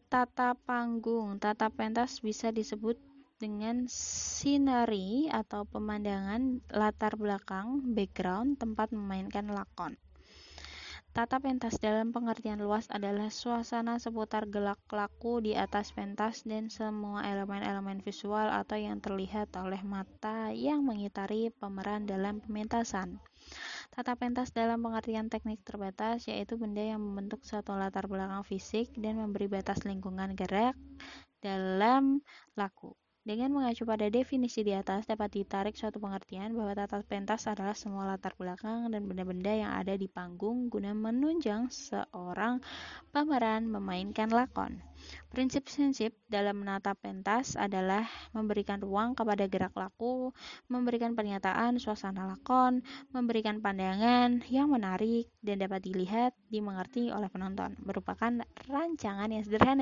Tata panggung. Tata pentas bisa disebut dengan scenery atau pemandangan latar belakang, background, tempat memainkan lakon. Tata pentas dalam pengertian luas adalah suasana seputar gelak laku di atas pentas dan semua elemen-elemen visual atau yang terlihat oleh mata yang mengitari pemeran dalam pementasan. Tata pentas dalam pengertian teknik terbatas yaitu benda yang membentuk suatu latar belakang fisik dan memberi batas lingkungan gerak dalam laku. Dengan mengacu pada definisi di atas, dapat ditarik suatu pengertian bahwa tata pentas adalah semua latar belakang dan benda-benda yang ada di panggung guna menunjang seorang pemeran memainkan lakon. Prinsip-prinsip dalam menata pentas adalah memberikan ruang kepada gerak laku, memberikan pernyataan suasana lakon, memberikan pandangan yang menarik dan dapat dilihat, dimengerti oleh penonton. Merupakan rancangan yang sederhana